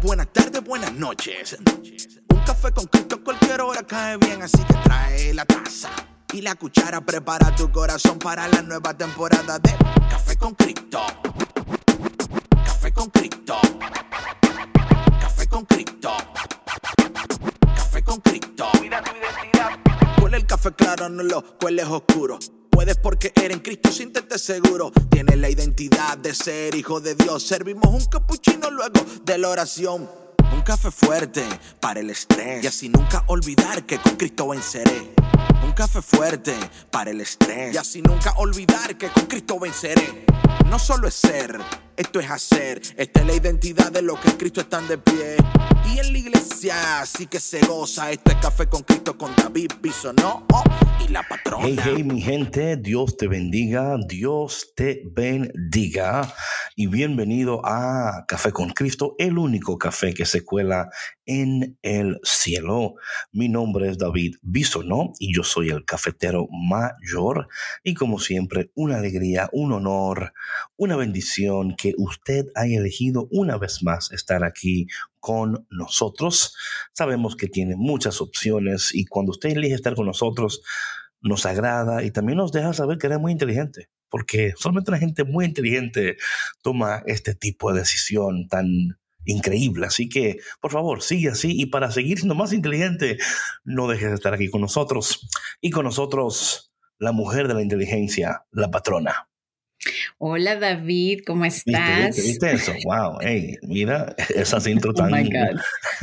buenas tardes, buenas noches. Un café con Cristo a cualquier hora cae bien, así que trae la taza y la cuchara. Prepara tu corazón para la nueva temporada de Café con Cristo. Café con Cristo. Café con Cristo. Café con Cristo. Cuida tu identidad. Huele el café claro, no lo cueles oscuro. Puedes porque eres en Cristo, siéntete seguro. Tienes la identidad de ser hijo de Dios. Servimos un capuchino luego de la oración. Un café fuerte para el estrés y así nunca olvidar que con Cristo venceré. Un café fuerte para el estrés y así nunca olvidar que con Cristo venceré. No solo es ser, esto es hacer. Esta es la identidad de los que en Cristo están de pie. Y en la iglesia sí que se goza. Esto es Café con Cristo con David Bisonó y la patrona. Hey, hey, mi gente, Dios te bendiga, Dios te bendiga. Y bienvenido a Café con Cristo, el único café que se cuela en el cielo. Mi nombre es David Bisonó y yo soy el cafetero mayor. Y como siempre, una alegría, un honor, una bendición que usted haya elegido una vez más estar aquí con nosotros. Sabemos que tiene muchas opciones y cuando usted elige estar con nosotros, nos agrada y también nos deja saber que eres muy inteligente, porque solamente una gente muy inteligente toma este tipo de decisión tan increíble. Así que, por favor, sigue así y para seguir siendo más inteligente, no dejes de estar aquí con nosotros. Y con nosotros, la mujer de la inteligencia, la patrona. Hola David, ¿cómo estás? ¿Viste eso? Wow, hey, mira esas intro tan... Oh my God.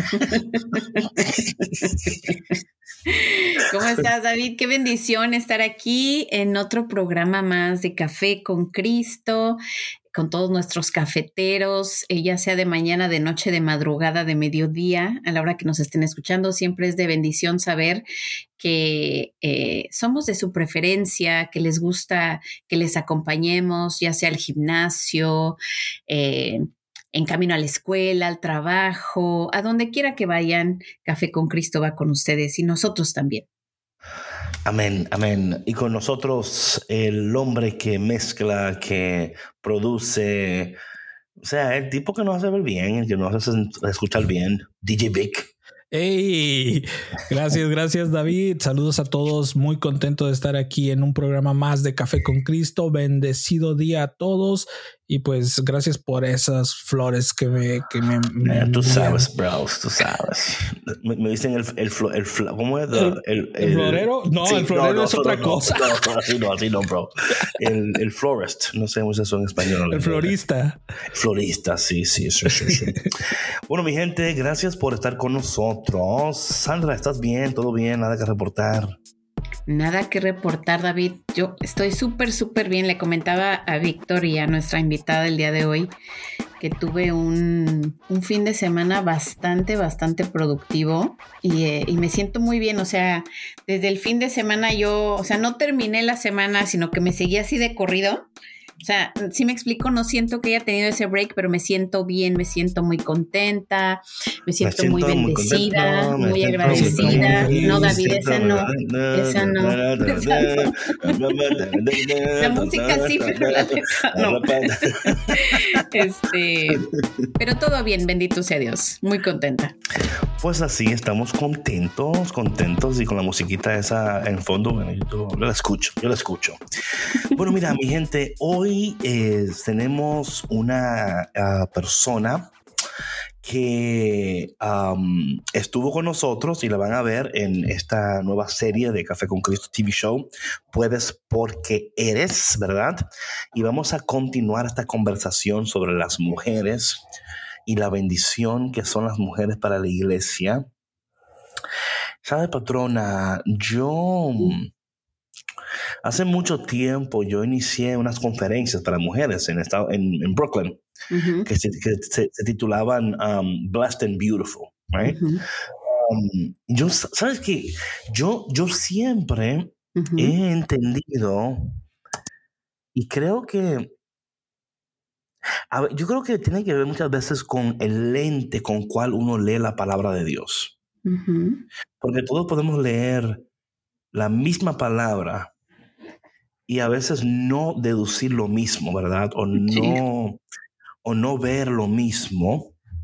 ¿Cómo estás, David? Qué bendición estar aquí en otro programa más de Café con Cristo, con todos nuestros cafeteros, ya sea de mañana, de noche, de madrugada, de mediodía, a la hora que nos estén escuchando. Siempre es de bendición saber que somos de su preferencia, que les gusta que les acompañemos, ya sea al gimnasio, en camino a la escuela, al trabajo, a donde quiera que vayan. Café con Cristo va con ustedes y nosotros también. Amén, amén. Y con nosotros el hombre que mezcla, que produce, o sea, el tipo que nos hace ver bien, el que nos hace escuchar bien, DJ Vic. ¡Hey! Gracias David. Saludos a todos. Muy contento de estar aquí en un programa más de Café con Cristo. Bendecido día a todos. Y pues gracias por esas flores que me tú sabes, bro, tú sabes. Me dicen ¿cómo es? ¿El florero? No, sí, el florero es otra cosa. No, así no, bro. El florist, no sé cómo es eso en español. El florista. Florista, sí. Bueno, mi gente, gracias por estar con nosotros. Sandra, ¿estás bien? ¿Todo bien? ¿Nada que reportar? Nada que reportar, David. Yo estoy súper bien. Le comentaba a Víctor y a nuestra invitada el día de hoy que tuve un fin de semana bastante productivo y me siento muy bien. O sea, desde el fin de semana no terminé la semana, sino que me seguí así de corrido. O sea, sí me explico, no siento que haya tenido ese break, pero me siento bien, me siento muy contenta, me siento muy bendecida, muy agradecida. No, David, esa no. La música sí, pero la letra no. Pero todo bien, bendito sea Dios, muy contenta. Pues así, estamos contentos y con la musiquita esa en fondo, bueno, yo la escucho. Bueno, mira, mi gente, hoy tenemos una persona que estuvo con nosotros y la van a ver en esta nueva serie de Café con Cristo TV Show, Puedes porque eres, ¿verdad? Y vamos a continuar esta conversación sobre las mujeres y la bendición que son las mujeres para la iglesia. ¿Sabe, patrona? Hace mucho tiempo yo inicié unas conferencias para mujeres en Brooklyn, uh-huh, que se titulaban Blessed and Beautiful, right? Uh-huh. ¿Sabes qué? Yo siempre, uh-huh, he entendido y creo que yo creo que tiene que ver muchas veces con el lente con cual uno lee la palabra de Dios. Uh-huh. Porque todos podemos leer la misma palabra y a veces no deducir lo mismo, ¿verdad? O no ver lo mismo.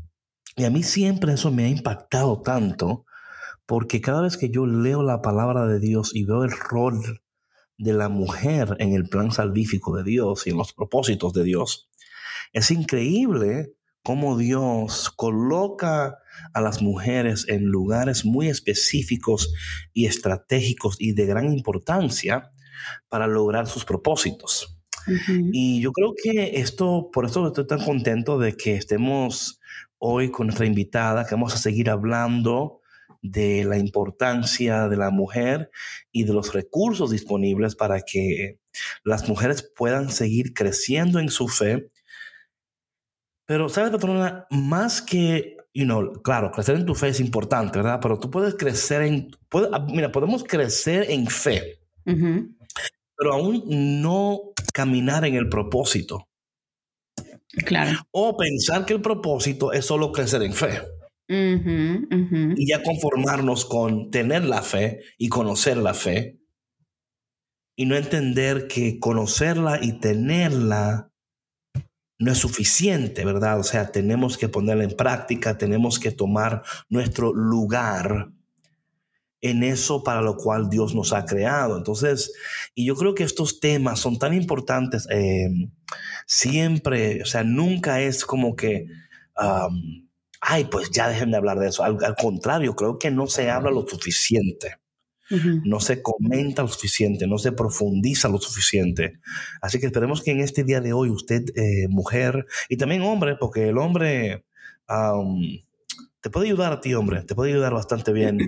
Y a mí siempre eso me ha impactado tanto, porque cada vez que yo leo la palabra de Dios y veo el rol de la mujer en el plan salvífico de Dios y en los propósitos de Dios, es increíble cómo Dios coloca a las mujeres en lugares muy específicos y estratégicos y de gran importancia para lograr sus propósitos. Ujú. Y yo creo que por esto estoy tan contento de que estemos hoy con nuestra invitada, que vamos a seguir hablando de la importancia de la mujer y de los recursos disponibles para que las mujeres puedan seguir creciendo en su fe. Pero, ¿sabes, patrona? Más que, claro, crecer en tu fe es importante, ¿verdad? Pero tú puedes podemos crecer en fe, Ujú. pero aún no caminar en el propósito. Claro. O pensar que el propósito es solo crecer en fe Ujú, ujú. y ya conformarnos con tener la fe y conocer la fe y no entender que conocerla y tenerla no es suficiente, ¿verdad? O sea, tenemos que ponerla en práctica, tenemos que tomar nuestro lugar en eso para lo cual Dios nos ha creado. Entonces, y yo creo que estos temas son tan importantes siempre, o sea, nunca es como que, ay, pues ya dejen de hablar de eso. Al contrario, creo que no se habla lo suficiente. Ujú. No se comenta lo suficiente, no se profundiza lo suficiente. Así que esperemos que en este día de hoy usted, mujer, y también hombre, porque el hombre te puede ayudar a ti, hombre, te puede ayudar bastante bien.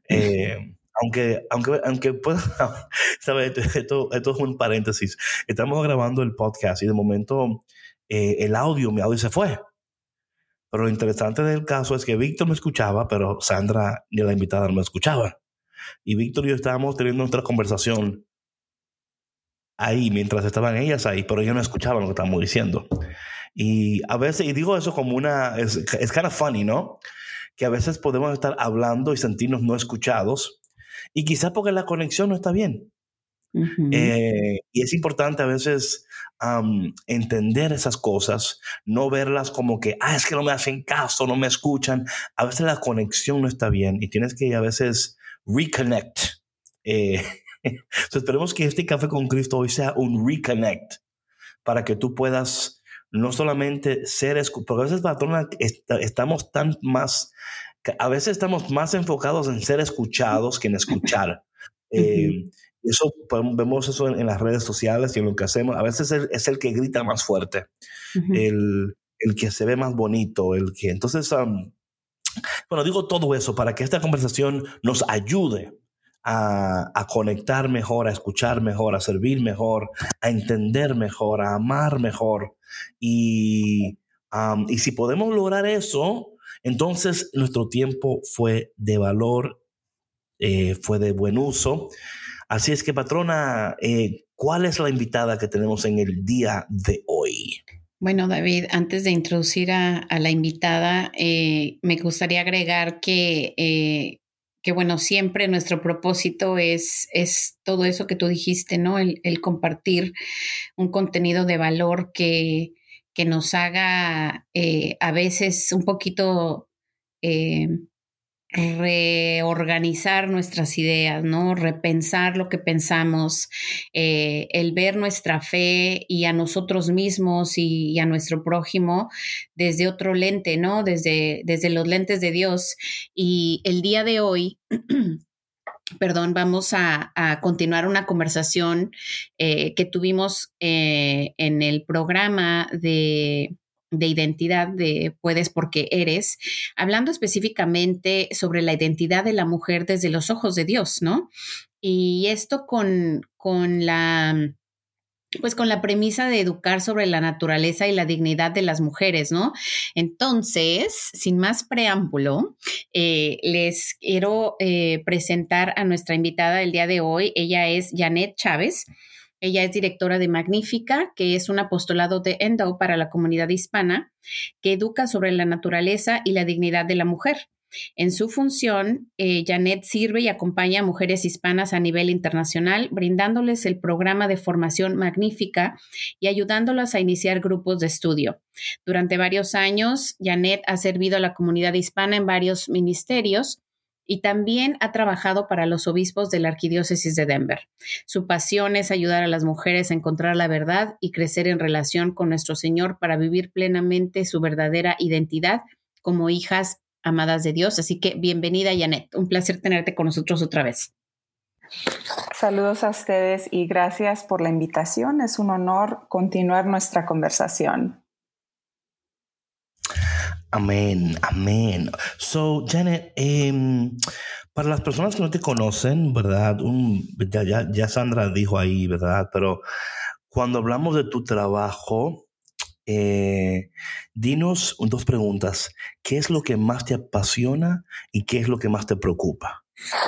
Aunque pueda, ¿sabes? Esto es un paréntesis. Estamos grabando el podcast y de momento mi audio se fue. Pero lo interesante del caso es que Víctor me escuchaba, pero Sandra ni la invitada no me escuchaba. Y Víctor y yo estábamos teniendo nuestra conversación ahí, mientras estaban ellas ahí, pero ellos no escuchaban lo que estábamos diciendo. Y a veces, y digo eso como es kind of funny, ¿no? Que a veces podemos estar hablando y sentirnos no escuchados, y quizás porque la conexión no está bien. Ujú. Y es importante a veces entender esas cosas, no verlas como que, es que no me hacen caso, no me escuchan. A veces la conexión no está bien y tienes que a veces reconnect. Esperemos que este Café con Cristo hoy sea un reconnect para que tú puedas no solamente porque a veces, patrona, a veces estamos más enfocados en ser escuchados que en escuchar. Ujú. Eso vemos eso en las redes sociales y en lo que hacemos. A veces es el que grita más fuerte, Ujú. el que se ve más bonito, entonces, bueno, digo todo eso para que esta conversación nos ayude a conectar mejor, a escuchar mejor, a servir mejor, a entender mejor, a amar mejor. Y si podemos lograr eso, entonces nuestro tiempo fue de valor, fue de buen uso. Así es que, patrona, ¿cuál es la invitada que tenemos en el día de hoy? Bueno, David, antes de introducir a la invitada, me gustaría agregar que, bueno, siempre nuestro propósito es todo eso que tú dijiste, ¿no? El compartir un contenido de valor que nos haga a veces un poquito eh, reorganizar nuestras ideas, ¿no? Repensar lo que pensamos, el ver nuestra fe y a nosotros mismos y a nuestro prójimo desde otro lente, ¿no? Desde los lentes de Dios. Y el día de hoy, perdón, vamos a continuar una conversación que tuvimos en el programa de identidad de Puedes porque eres, hablando específicamente sobre la identidad de la mujer desde los ojos de Dios, ¿no? Y esto pues con la premisa de educar sobre la naturaleza y la dignidad de las mujeres, ¿no? Entonces, sin más preámbulo, les quiero presentar a nuestra invitada del día de hoy. Ella es Janet Chávez. Ella es directora de Magnífica, que es un apostolado de Endo para la comunidad hispana, que educa sobre la naturaleza y la dignidad de la mujer. En su función, Janet sirve y acompaña a mujeres hispanas a nivel internacional, brindándoles el programa de formación Magnífica y ayudándolas a iniciar grupos de estudio. Durante varios años, Janet ha servido a la comunidad hispana en varios ministerios y también ha trabajado para los obispos de la Arquidiócesis de Denver. Su pasión es ayudar a las mujeres a encontrar la verdad y crecer en relación con nuestro Señor para vivir plenamente su verdadera identidad como hijas amadas de Dios. Así que bienvenida, Janet. Un placer tenerte con nosotros otra vez. Saludos a ustedes y gracias por la invitación. Es un honor continuar nuestra conversación. Amén, amén. So, Janet, para las personas que no te conocen, ¿verdad? Ya Sandra dijo ahí, ¿verdad? Pero cuando hablamos de tu trabajo, dinos 2 preguntas. ¿Qué es lo que más te apasiona y qué es lo que más te preocupa?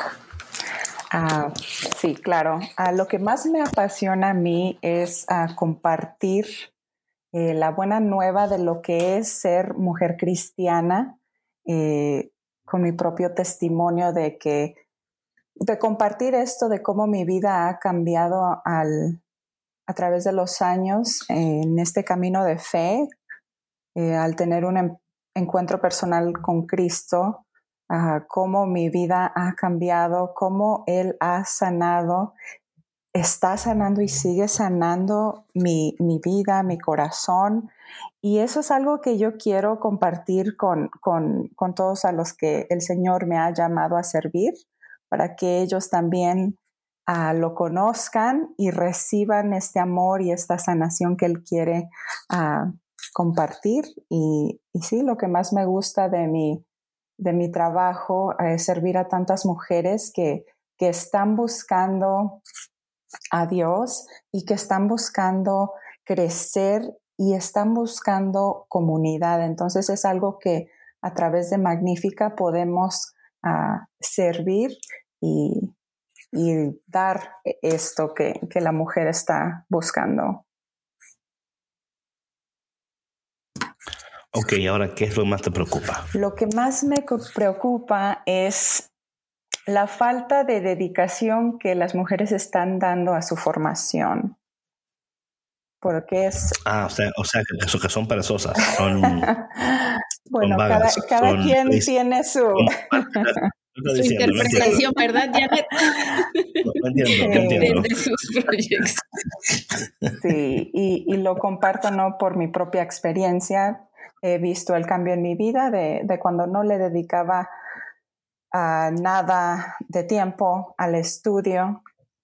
Sí, claro. Lo que más me apasiona a mí es compartir la buena nueva de lo que es ser mujer cristiana, con mi propio testimonio de compartir esto, de cómo mi vida ha cambiado a través de los años en este camino de fe, al tener un encuentro personal con Cristo, cómo mi vida ha cambiado, cómo Él ha sanado, está sanando y sigue sanando mi vida, mi corazón. Y eso es algo que yo quiero compartir con todos a los que el Señor me ha llamado a servir, para que ellos también lo conozcan y reciban este amor y esta sanación que Él quiere compartir. Y sí, lo que más me gusta de mi trabajo es servir a tantas mujeres que están buscando a Dios y que están buscando crecer y están buscando comunidad. Entonces es algo que a través de Magnífica podemos servir y dar esto que la mujer está buscando. Ok, ahora, ¿qué es lo que más te preocupa? Lo que más me preocupa es la falta de dedicación que las mujeres están dando a su formación. Porque es... o sea que son perezosas. Son, bueno, son vagas, cada quien tiene su interpretación, ¿verdad, Janet? No entiendo. Desde sus proyectos. Sí, y lo comparto no por mi propia experiencia. He visto el cambio en mi vida de cuando no le dedicaba nada de tiempo al estudio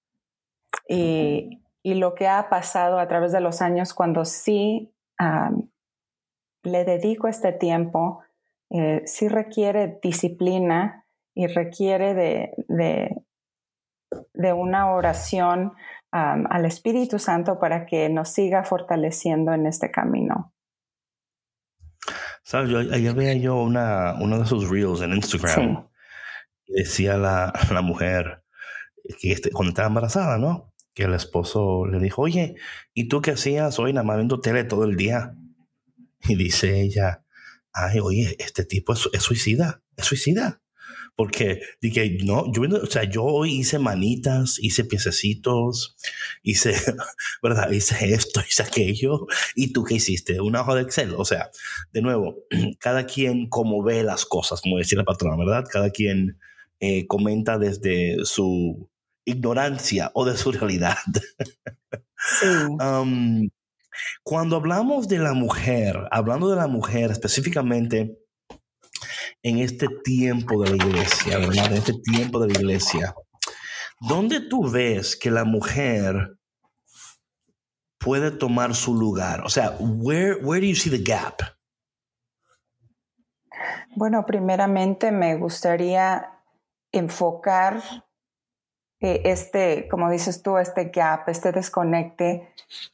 y lo que ha pasado a través de los años cuando sí le dedico este tiempo. Sí requiere disciplina y requiere de una oración al Espíritu Santo para que nos siga fortaleciendo en este camino. ¿Sabes? Ayer veía uno de sus reels en Instagram. Sí. Y decía la mujer que cuando estaba embarazada, ¿no? Que el esposo le dijo, oye, ¿y tú qué hacías hoy nada más viendo tele todo el día? Y dice ella, ay, oye, este tipo es suicida. Porque dije, no, yo hoy hice manitas, hice piececitos, ¿verdad? Hice esto, hice aquello. ¿Y tú qué hiciste? Una hoja de Excel. O sea, de nuevo, cada quien como ve las cosas, como decía la patrona, ¿verdad? Cada quien comenta desde su ignorancia o de su realidad. Sí. Cuando hablamos de la mujer, hablando de la mujer específicamente en este tiempo de la iglesia, ¿verdad? En este tiempo de la iglesia, ¿dónde tú ves que la mujer puede tomar su lugar? O sea, where do you see the gap? Bueno, primeramente me gustaría enfocar como dices tú, este gap, este desconecte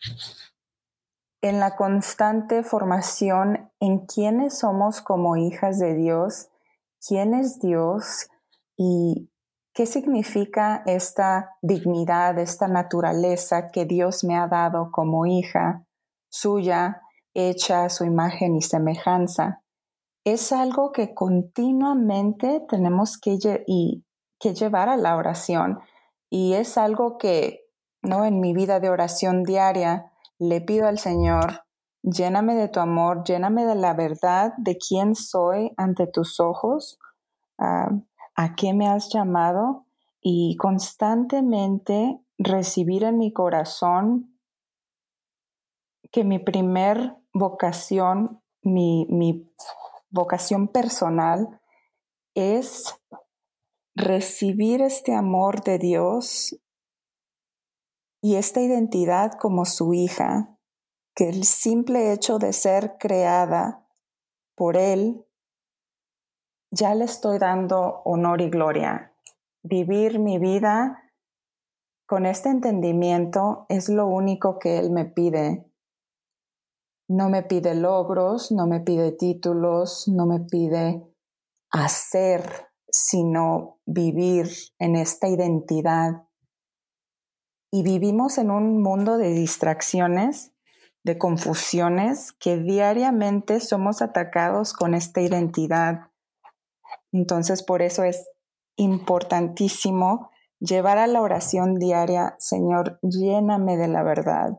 en la constante formación en quiénes somos como hijas de Dios, quién es Dios y qué significa esta dignidad, esta naturaleza que Dios me ha dado como hija suya, hecha a su imagen y semejanza. es algo que continuamente tenemos que llevar a la oración. Y es algo que, ¿no? En mi vida de oración diaria le pido al Señor, lléname de tu amor, lléname de la verdad de quién soy ante tus ojos, a qué me has llamado, y constantemente recibir en mi corazón que mi primer vocación, mi vocación personal es recibir este amor de Dios y esta identidad como su hija, que el simple hecho de ser creada por Él, ya le estoy dando honor y gloria. Vivir mi vida con este entendimiento es lo único que Él me pide. No me pide logros, no me pide títulos, no me pide hacer, sino vivir en esta identidad. Y vivimos en un mundo de distracciones, de confusiones, que diariamente somos atacados con esta identidad. Entonces, por eso es importantísimo llevar a la oración diaria, Señor, lléname de la verdad.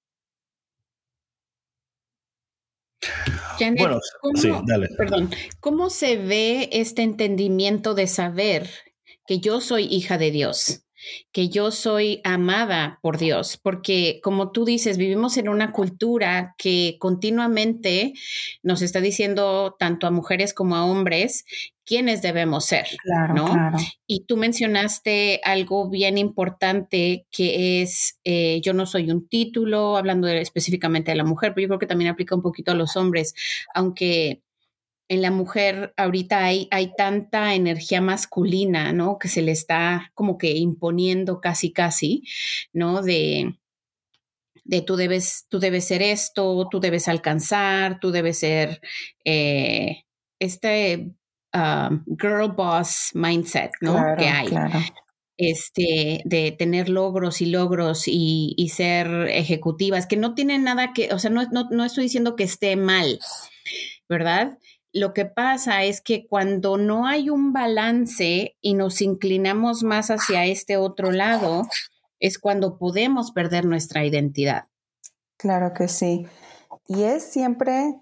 Janet, Bueno, sí, dale. ¿cómo se ve este entendimiento de saber que yo soy hija de Dios, que yo soy amada por Dios? Porque como tú dices, vivimos en una cultura que continuamente nos está diciendo tanto a mujeres como a hombres quiénes debemos ser, claro, ¿no? Claro. Y tú mencionaste algo bien importante que es, yo no soy un título, hablando específicamente de la mujer, pero yo creo que también aplica un poquito a los hombres, aunque en la mujer ahorita hay tanta energía masculina, ¿no? Que se le está como que imponiendo casi, ¿no? De tú debes ser esto, tú debes alcanzar, tú debes ser girl boss mindset, ¿no? Claro, que hay. Claro. De tener logros y ser ejecutivas, que no tienen nada que, o sea, no estoy diciendo que esté mal, ¿verdad? Lo que pasa es que cuando no hay un balance y nos inclinamos más hacia este otro lado, es cuando podemos perder nuestra identidad. Claro que sí. Y es siempre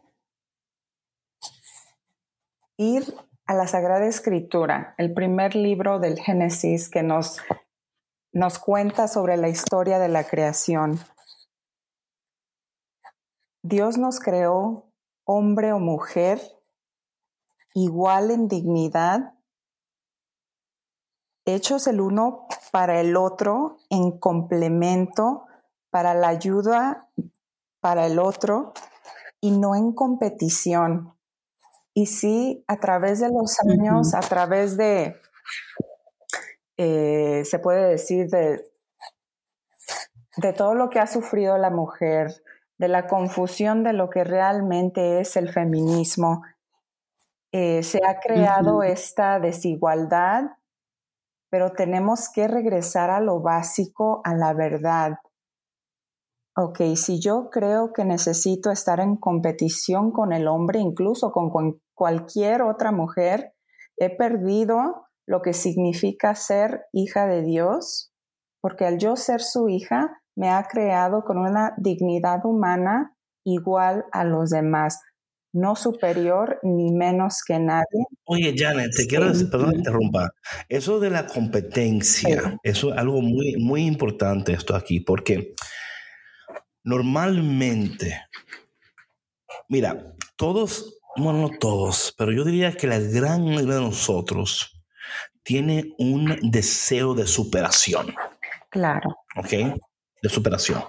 ir a la Sagrada Escritura, el primer libro del Génesis que nos cuenta sobre la historia de la creación. Dios nos creó hombre o mujer igual en dignidad, hechos el uno para el otro, en complemento, para la ayuda para el otro y no en competición. Y sí, a través de los años, a través de, se puede decir, de todo lo que ha sufrido la mujer, de la confusión de lo que realmente es el feminismo, se ha creado esta desigualdad, pero tenemos que regresar a lo básico, a la verdad. Ok, si yo creo que necesito estar en competición con el hombre, incluso con cualquier otra mujer, he perdido lo que significa ser hija de Dios, porque al yo ser su hija, me ha creado con una dignidad humana igual a los demás, no superior ni menos que nadie. Oye, Janet, te quiero decir, perdón que interrumpa, eso de la competencia, eso es algo muy, muy importante esto aquí, porque normalmente, mira, todos, bueno, no todos, pero yo diría que la gran mayoría de nosotros tiene un deseo de superación. Claro. ¿Ok? De superación.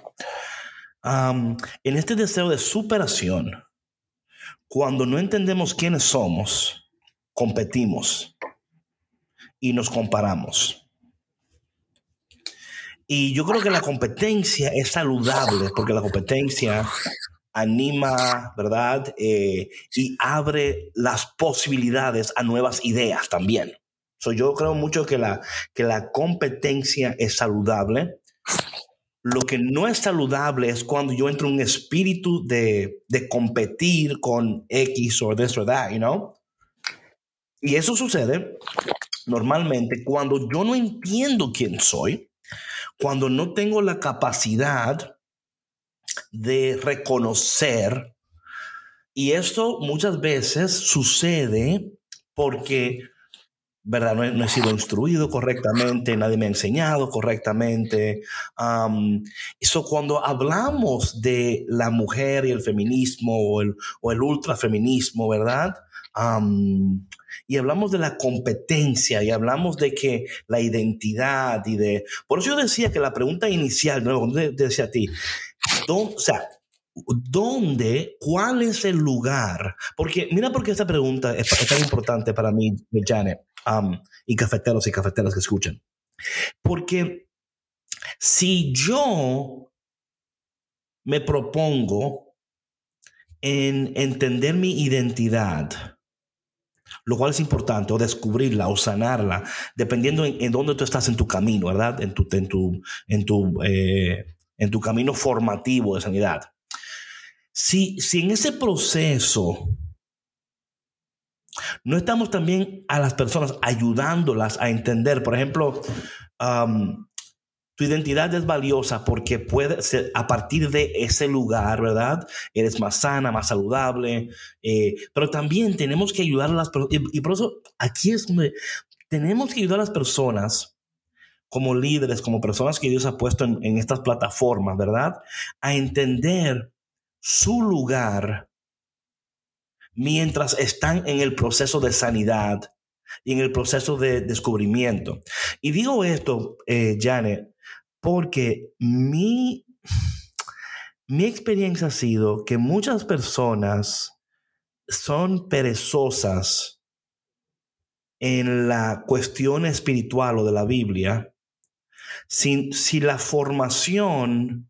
En este deseo de superación, cuando no entendemos quiénes somos, competimos y nos comparamos. Y yo creo que la competencia es saludable porque la competencia anima, ¿verdad? Y abre las posibilidades a nuevas ideas también. Yo creo mucho que la competencia es saludable, Lo que no es saludable es cuando yo entro en un espíritu de competir con X o this or that, you know? Y eso sucede normalmente cuando yo no entiendo quién soy, cuando no tengo la capacidad de reconocer. Y esto muchas veces sucede porque, ¿verdad? No he sido instruido correctamente, nadie me ha enseñado correctamente. Eso cuando hablamos de la mujer y el feminismo o el ultrafeminismo, ¿verdad? Y hablamos de la competencia y hablamos de que la identidad y de... Por eso yo decía que la pregunta inicial, ¿no? Decía a ti, o sea, ¿dónde? ¿Cuál es el lugar? Porque mira por qué esta pregunta es tan importante para mí, Janet, y cafeteros y cafeteras que escuchan. Porque si yo me propongo en entender mi identidad, lo cual es importante, o descubrirla o sanarla, dependiendo en dónde tú estás en tu camino, ¿verdad? En tu camino formativo de sanidad. Si en ese proceso no estamos también a las personas ayudándolas a entender, por ejemplo, tu identidad es valiosa porque puede ser a partir de ese lugar, ¿verdad? Eres más sana, más saludable, pero también tenemos que ayudar a las personas, y por eso aquí es donde tenemos que ayudar a las personas como líderes, como personas que Dios ha puesto en estas plataformas, ¿verdad? A entender su lugar mientras están en el proceso de sanidad y en el proceso de descubrimiento. Y digo esto, Janet, porque mi experiencia ha sido que muchas personas son perezosas en la cuestión espiritual o de la Biblia si la formación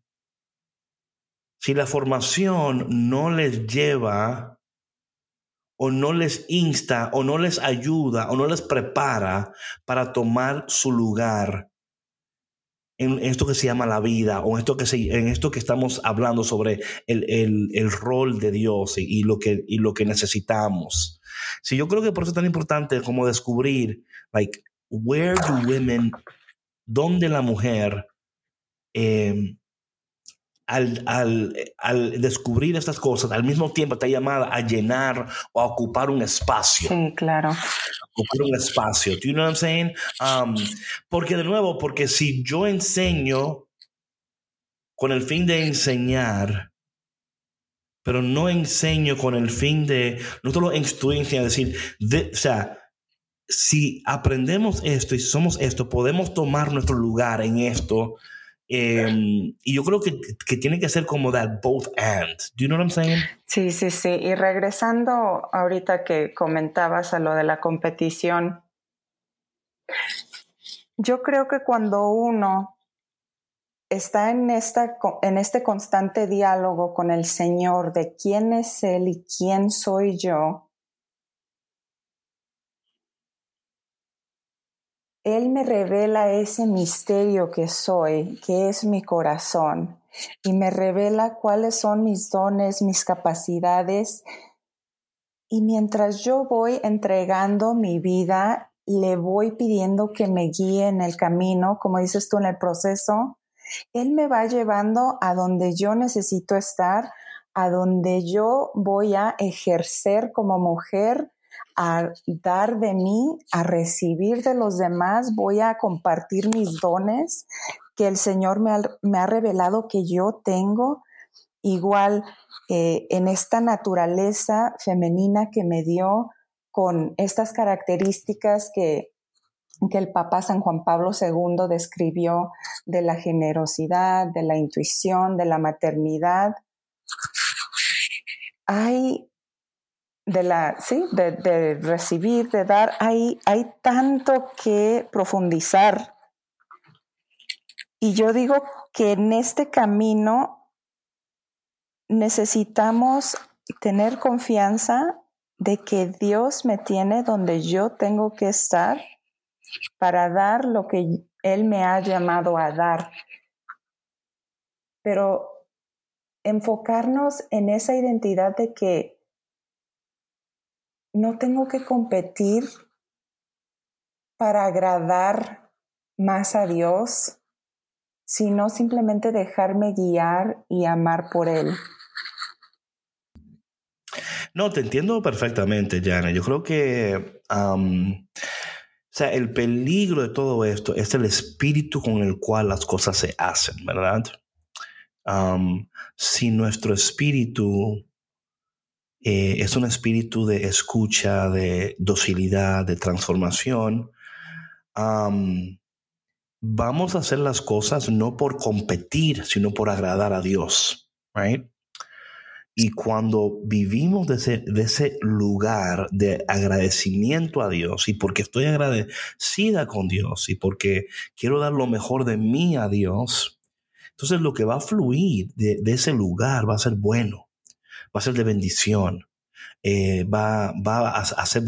no les lleva o no les insta o no les ayuda o no les prepara para tomar su lugar en esto que se llama la vida o en esto que estamos hablando sobre el rol de Dios y lo que necesitamos. Sí, yo creo que por eso es tan importante como descubrir, like, where do women, dónde la mujer, al descubrir estas cosas, al mismo tiempo está llamada a llenar o a ocupar un espacio. Sí, claro. Ocupar un espacio. Do you know what I'm saying? Porque de nuevo, porque si yo enseño con el fin de enseñar, pero no enseño con el fin de, no solo instruir, sino decir, o sea, si aprendemos esto y somos esto, podemos tomar nuestro lugar en esto. Y yo creo que tiene que ser como that both and. Do you know what I'm saying? Sí, sí, sí. Y regresando ahorita que comentabas a lo de la competición, yo creo que cuando uno está en este constante diálogo con el Señor de quién es Él y quién soy yo, Él me revela ese misterio que soy, que es mi corazón, y me revela cuáles son mis dones, mis capacidades. Y mientras yo voy entregando mi vida, le voy pidiendo que me guíe en el camino, como dices tú, en el proceso. Él me va llevando a donde yo necesito estar, a donde yo voy a ejercer como mujer, a dar de mí, a recibir de los demás, voy a compartir mis dones que el Señor me ha revelado que yo tengo. Igual en esta naturaleza femenina que me dio con estas características que el Papa San Juan Pablo II describió de la generosidad, de la intuición, de la maternidad. Hay de recibir, de dar, hay tanto que profundizar. Y yo digo que en este camino necesitamos tener confianza de que Dios me tiene donde yo tengo que estar para dar lo que Él me ha llamado a dar. pero enfocarnos en esa identidad de que no tengo que competir para agradar más a Dios, sino simplemente dejarme guiar y amar por Él. No, te entiendo perfectamente, Jana. Yo creo que el peligro de todo esto es el espíritu con el cual las cosas se hacen, ¿verdad? Si nuestro espíritu es un espíritu de escucha, de docilidad, de transformación, vamos a hacer las cosas no por competir, sino por agradar a Dios, right? Y cuando vivimos de ese lugar de agradecimiento a Dios, y porque estoy agradecida con Dios, y porque quiero dar lo mejor de mí a Dios, entonces lo que va a fluir de ese lugar va a ser bueno, va a ser de bendición, va a ser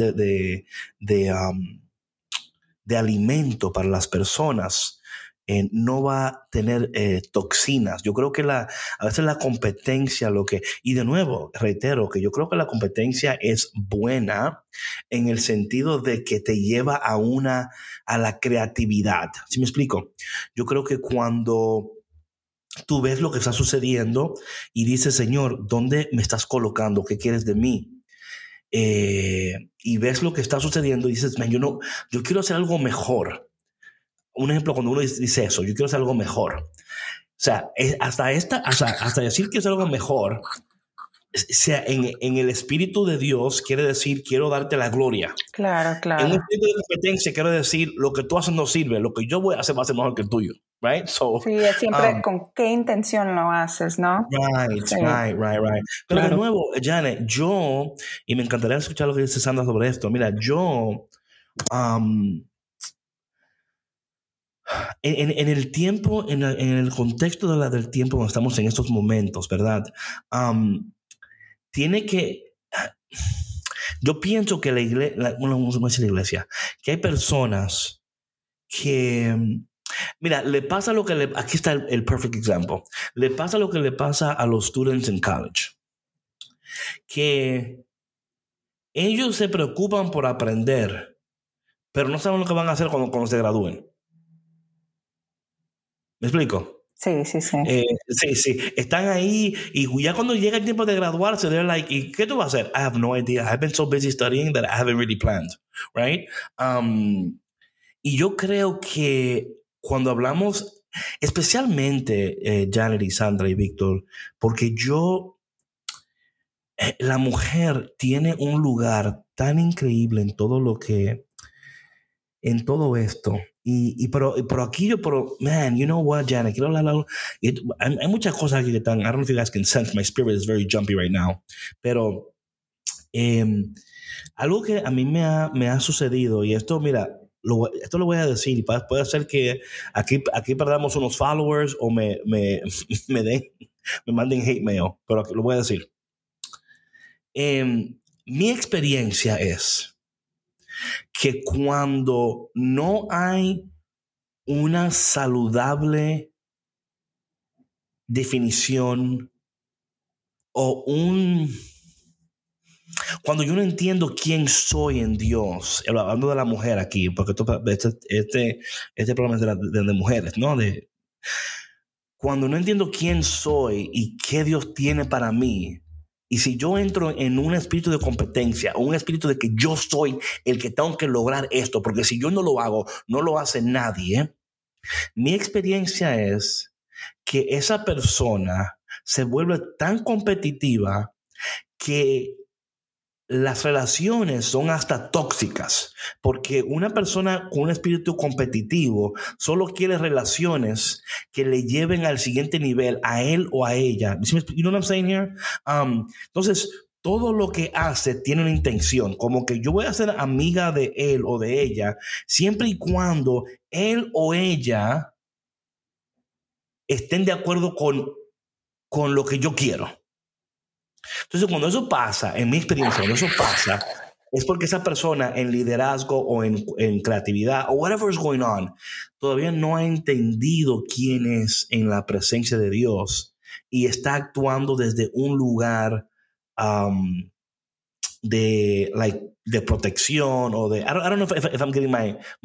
de alimento para las personas. No va a tener toxinas. Yo creo que a veces la competencia, y de nuevo, reitero que yo creo que la competencia es buena en el sentido de que te lleva a la creatividad. ¿Sí me explico? Yo creo que cuando tú ves lo que está sucediendo y dices, Señor, ¿dónde me estás colocando? ¿Qué quieres de mí? Y ves lo que está sucediendo y dices, man, yo quiero hacer algo mejor. Un ejemplo, cuando uno dice eso, yo quiero hacer algo mejor. O sea, hasta decir que es algo mejor, sea, en el espíritu de Dios quiere decir, quiero darte la gloria. Claro, claro. En un espíritu de competencia quiero decir, lo que tú haces no sirve, lo que yo voy a hacer va a ser mejor que el tuyo. Right? So, sí, es siempre con qué intención lo haces, ¿no? Right. Pero claro. De nuevo, Janet, y me encantaría escuchar lo que dice Sandra sobre esto. Mira, en el tiempo, en el contexto del tiempo donde estamos en estos momentos, ¿verdad? Yo pienso que la iglesia, que hay personas que, mira, le pasa aquí está el perfect example, le pasa lo que le pasa a los students en college, que ellos se preocupan por aprender, pero no saben lo que van a hacer cuando se gradúen. ¿Me explico? Sí. Sí. Están ahí y ya cuando llega el tiempo de graduarse, they're like, ¿y qué tú vas a hacer? I have no idea. I've been so busy studying that I haven't really planned. Right? Y yo creo que cuando hablamos, especialmente Janet y Sandra y Víctor, porque la mujer tiene un lugar tan increíble en todo esto. Pero aquí man, you know what, Janet, quiero hablar. Hay muchas cosas aquí que están. I don't know if you guys can sense my spirit is very jumpy right now. Pero algo que a mí me ha sucedido, y esto, mira, esto lo voy a decir, y puede ser que aquí perdamos unos followers o me manden hate mail, pero lo voy a decir. Mi experiencia es que cuando no hay una saludable definición o cuando yo no entiendo quién soy en Dios, hablando de la mujer aquí, porque este programa es de mujeres, ¿no? Cuando no entiendo quién soy y qué Dios tiene para mí, y si yo entro en un espíritu de competencia, o un espíritu de que yo soy el que tengo que lograr esto, porque si yo no lo hago, no lo hace nadie, mi experiencia es que esa persona se vuelve tan competitiva que las relaciones son hasta tóxicas, porque una persona con un espíritu competitivo solo quiere relaciones que le lleven al siguiente nivel, a él o a ella. You know what I'm saying here? Entonces, todo lo que hace tiene una intención, como que yo voy a ser amiga de él o de ella, siempre y cuando él o ella estén de acuerdo con lo que yo quiero. Entonces, cuando eso pasa, en mi experiencia, es porque esa persona en liderazgo o en creatividad o whatever is going on todavía no ha entendido quién es en la presencia de Dios y está actuando desde un lugar de protección o de I don't know if I'm getting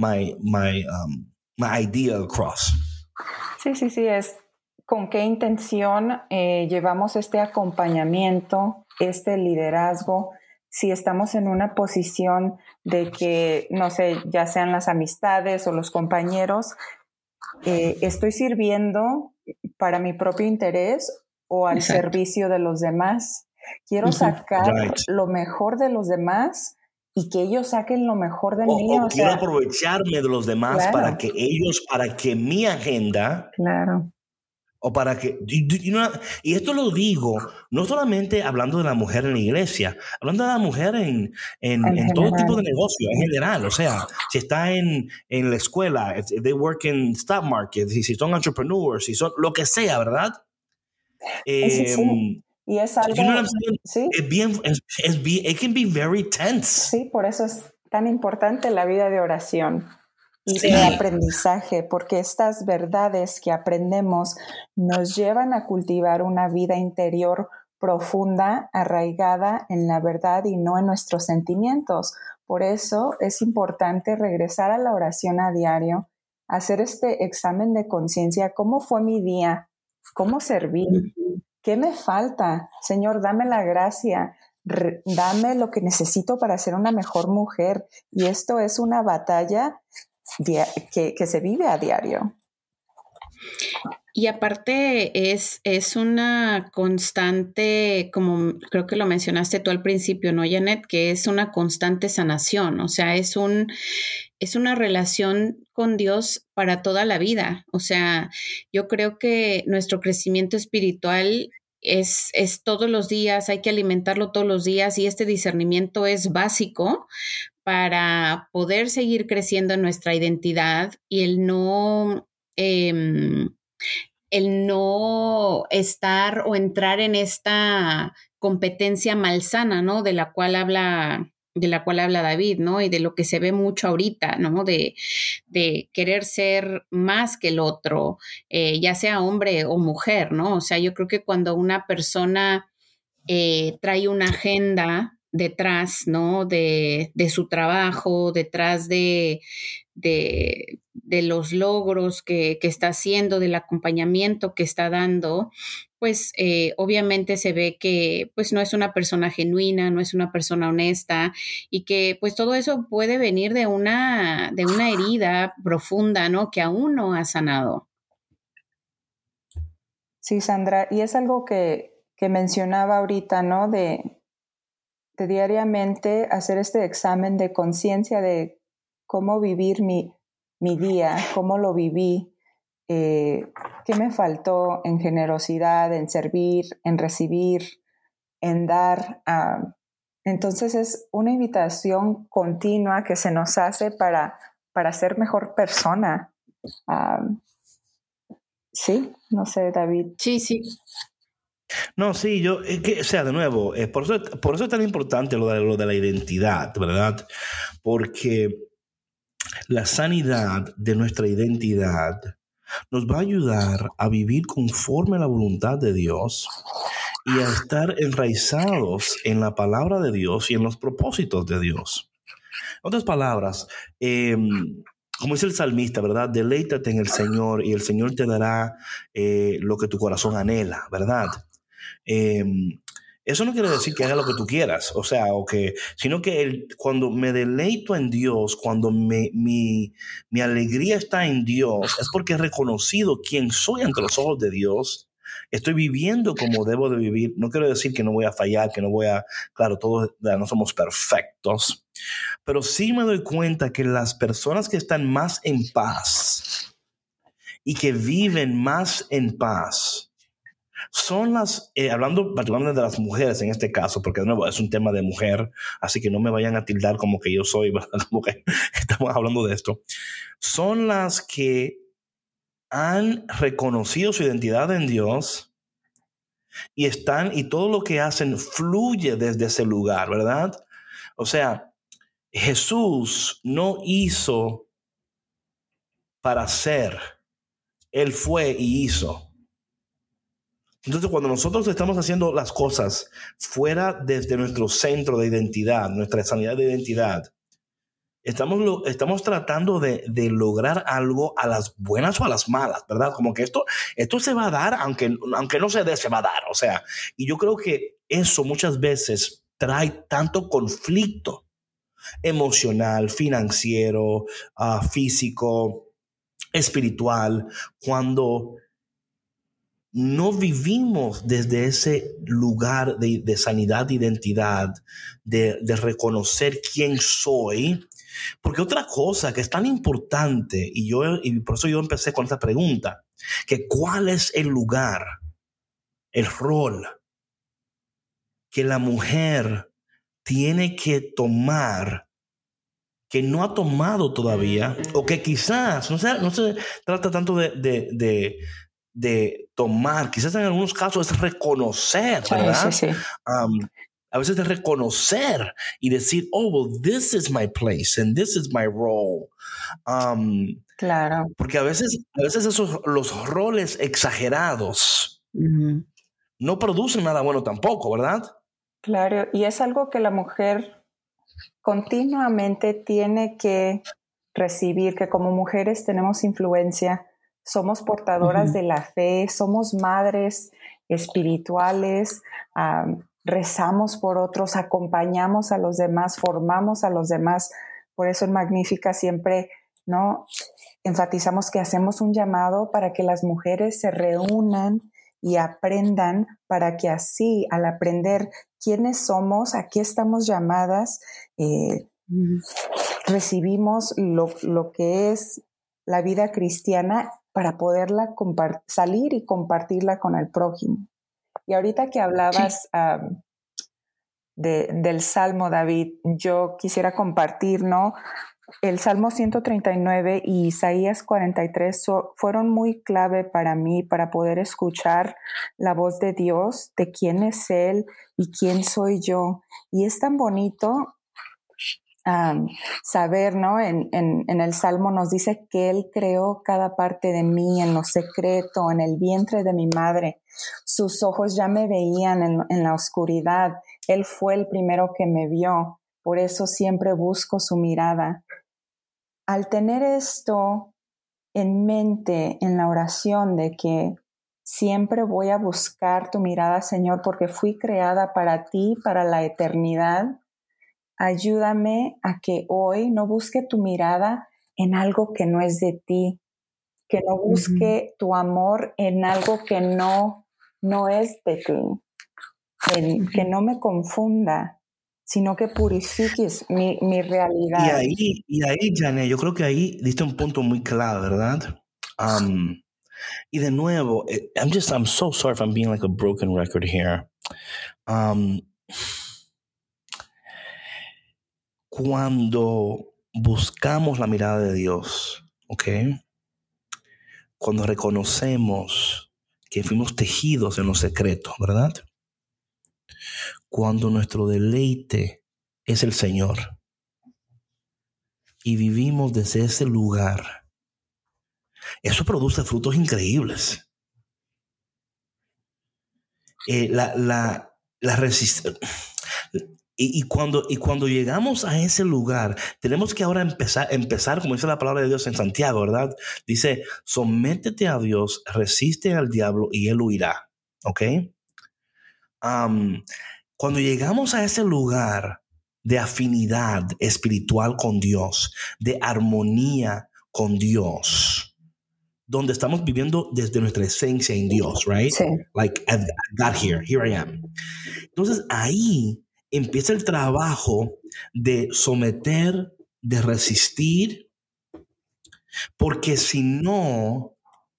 my idea across. Sí, es con qué intención llevamos este acompañamiento, este liderazgo, si estamos en una posición de que, no sé, ya sean las amistades o los compañeros, estoy sirviendo para mi propio interés o al servicio de los demás. Quiero sacar lo mejor de los demás y que ellos saquen lo mejor de mí. O quiero aprovecharme de los demás para que mi agenda... Claro. O para que... Y esto lo digo no solamente hablando de la mujer en la iglesia, hablando de la mujer en todo tipo de negocio, en general. O sea, si está en la escuela, if they work in stock market, si son entrepreneurs, si son lo que sea, ¿verdad? Sí. Y es algo... ¿sí? It can be very tense. Sí, por eso es tan importante la vida de oración y de aprendizaje, porque estas verdades que aprendemos nos llevan a cultivar una vida interior profunda, arraigada en la verdad y no en nuestros sentimientos. Por eso es importante regresar a la oración a diario, hacer este examen de conciencia. ¿Cómo fue mi día? ¿Cómo serví? ¿Qué me falta? Señor, dame la gracia. Dame lo que necesito para ser una mejor mujer. Y esto es una batalla que se vive a diario. Y aparte es una constante, como creo que lo mencionaste tú al principio, ¿no, Janet? Que es una constante sanación, o sea, es una relación con Dios para toda la vida. O sea, yo creo que nuestro crecimiento espiritual es todos los días, hay que alimentarlo todos los días y este discernimiento es básico para poder seguir creciendo en nuestra identidad y el no estar o entrar en esta competencia malsana, ¿no? De la cual habla David, ¿no? Y de lo que se ve mucho ahorita, ¿no? De querer ser más que el otro, ya sea hombre o mujer, ¿no? O sea, yo creo que cuando una persona trae una agenda detrás, ¿no? De su trabajo, detrás de los logros que está haciendo, del acompañamiento que está dando, pues obviamente se ve que pues no es una persona genuina, no es una persona honesta y que pues todo eso puede venir de una herida profunda, ¿no? Que aún no ha sanado. Sí, Sandra, y es algo que mencionaba ahorita, ¿no? De diariamente hacer este examen de conciencia de cómo vivir mi día, cómo lo viví, qué me faltó en generosidad, en servir, en recibir, en dar. Entonces es una invitación continua que se nos hace para ser mejor persona. Sí, no sé, David. Sí. No, sí, o sea, de nuevo, por eso es tan importante lo de la identidad, ¿verdad? Porque la sanidad de nuestra identidad nos va a ayudar a vivir conforme a la voluntad de Dios y a estar enraizados en la palabra de Dios y en los propósitos de Dios. En otras palabras, como dice el salmista, ¿verdad? Deleítate en el Señor y el Señor te dará lo que tu corazón anhela, ¿verdad? Eso no quiere decir que haga lo que tú quieras, o sea, sino que cuando me deleito en Dios, cuando mi alegría está en Dios, es porque he reconocido quién soy ante los ojos de Dios. Estoy viviendo como debo de vivir. No quiero decir que no voy a fallar, claro, todos no somos perfectos, pero sí me doy cuenta que las personas que están más en paz y que viven más en paz son hablando particularmente de las mujeres en este caso, porque de nuevo es un tema de mujer, así que no me vayan a tildar como que yo soy, ¿verdad? Como que estamos hablando de esto. Son las que han reconocido su identidad en Dios y todo lo que hacen fluye desde ese lugar, ¿verdad? O sea, Jesús no hizo para ser, Él fue y hizo. Entonces, cuando nosotros estamos haciendo las cosas fuera desde nuestro centro de identidad, nuestra sanidad de identidad, estamos tratando de lograr algo a las buenas o a las malas, ¿verdad? Como que esto se va a dar, aunque no se dé, se va a dar. O sea, y yo creo que eso muchas veces trae tanto conflicto emocional, financiero, físico, espiritual, cuando no vivimos desde ese lugar de sanidad de identidad, de reconocer quién soy. Porque otra cosa que es tan importante, y por eso yo empecé con esta pregunta, que ¿cuál es el lugar, el rol que la mujer tiene que tomar, que no ha tomado todavía, o que quizás no se trata tanto de tomar, quizás en algunos casos es reconocer, ¿verdad? Sí. A veces de reconocer y decir, oh, well, this is my place and this is my role. Claro. Porque a veces los roles exagerados no producen nada bueno tampoco, ¿verdad? Claro, y es algo que la mujer continuamente tiene que recibir, que como mujeres tenemos influencia, somos portadoras de la fe, somos madres espirituales, rezamos por otros, acompañamos a los demás, formamos a los demás. Por eso en Magnífica siempre, ¿no?, enfatizamos que hacemos un llamado para que las mujeres se reúnan y aprendan, para que así, al aprender quiénes somos, a qué estamos llamadas, recibimos lo que es la vida cristiana para poderla salir y compartirla con el prójimo. Y ahorita que hablabas del Salmo, David, yo quisiera compartir, ¿no? El Salmo 139 y Isaías 43 fueron muy clave para mí, para poder escuchar la voz de Dios, de quién es Él y quién soy yo. Y es tan bonito saber, ¿no? En el Salmo nos dice que Él creó cada parte de mí en lo secreto, en el vientre de mi madre. Sus ojos ya me veían en la oscuridad. Él fue el primero que me vio. Por eso siempre busco su mirada. Al tener esto en mente en la oración de que siempre voy a buscar tu mirada, Señor, porque fui creada para ti, para la eternidad, ayúdame a que hoy no busque tu mirada en algo que no es de ti, que no busque tu amor en algo que no es de ti, que no me confunda, sino que purifiques mi realidad. Y ahí, Janet, yo creo que ahí diste un punto muy claro, ¿verdad? Y de nuevo, I'm so sorry if I'm being like a broken record here. Cuando buscamos la mirada de Dios, ¿ok? Cuando reconocemos que fuimos tejidos en lo secreto, ¿verdad? Cuando nuestro deleite es el Señor y vivimos desde ese lugar, eso produce frutos increíbles. La resistencia. Y cuando llegamos a ese lugar, tenemos que ahora empezar, como dice la palabra de Dios en Santiago, ¿verdad? Dice, sométete a Dios, resiste al diablo y él huirá. ¿Ok? Cuando llegamos a ese lugar de afinidad espiritual con Dios, de armonía con Dios, donde estamos viviendo desde nuestra esencia en Dios, right? Sí. Like, I got here I am. Entonces ahí empieza el trabajo de someter, de resistir, porque si no,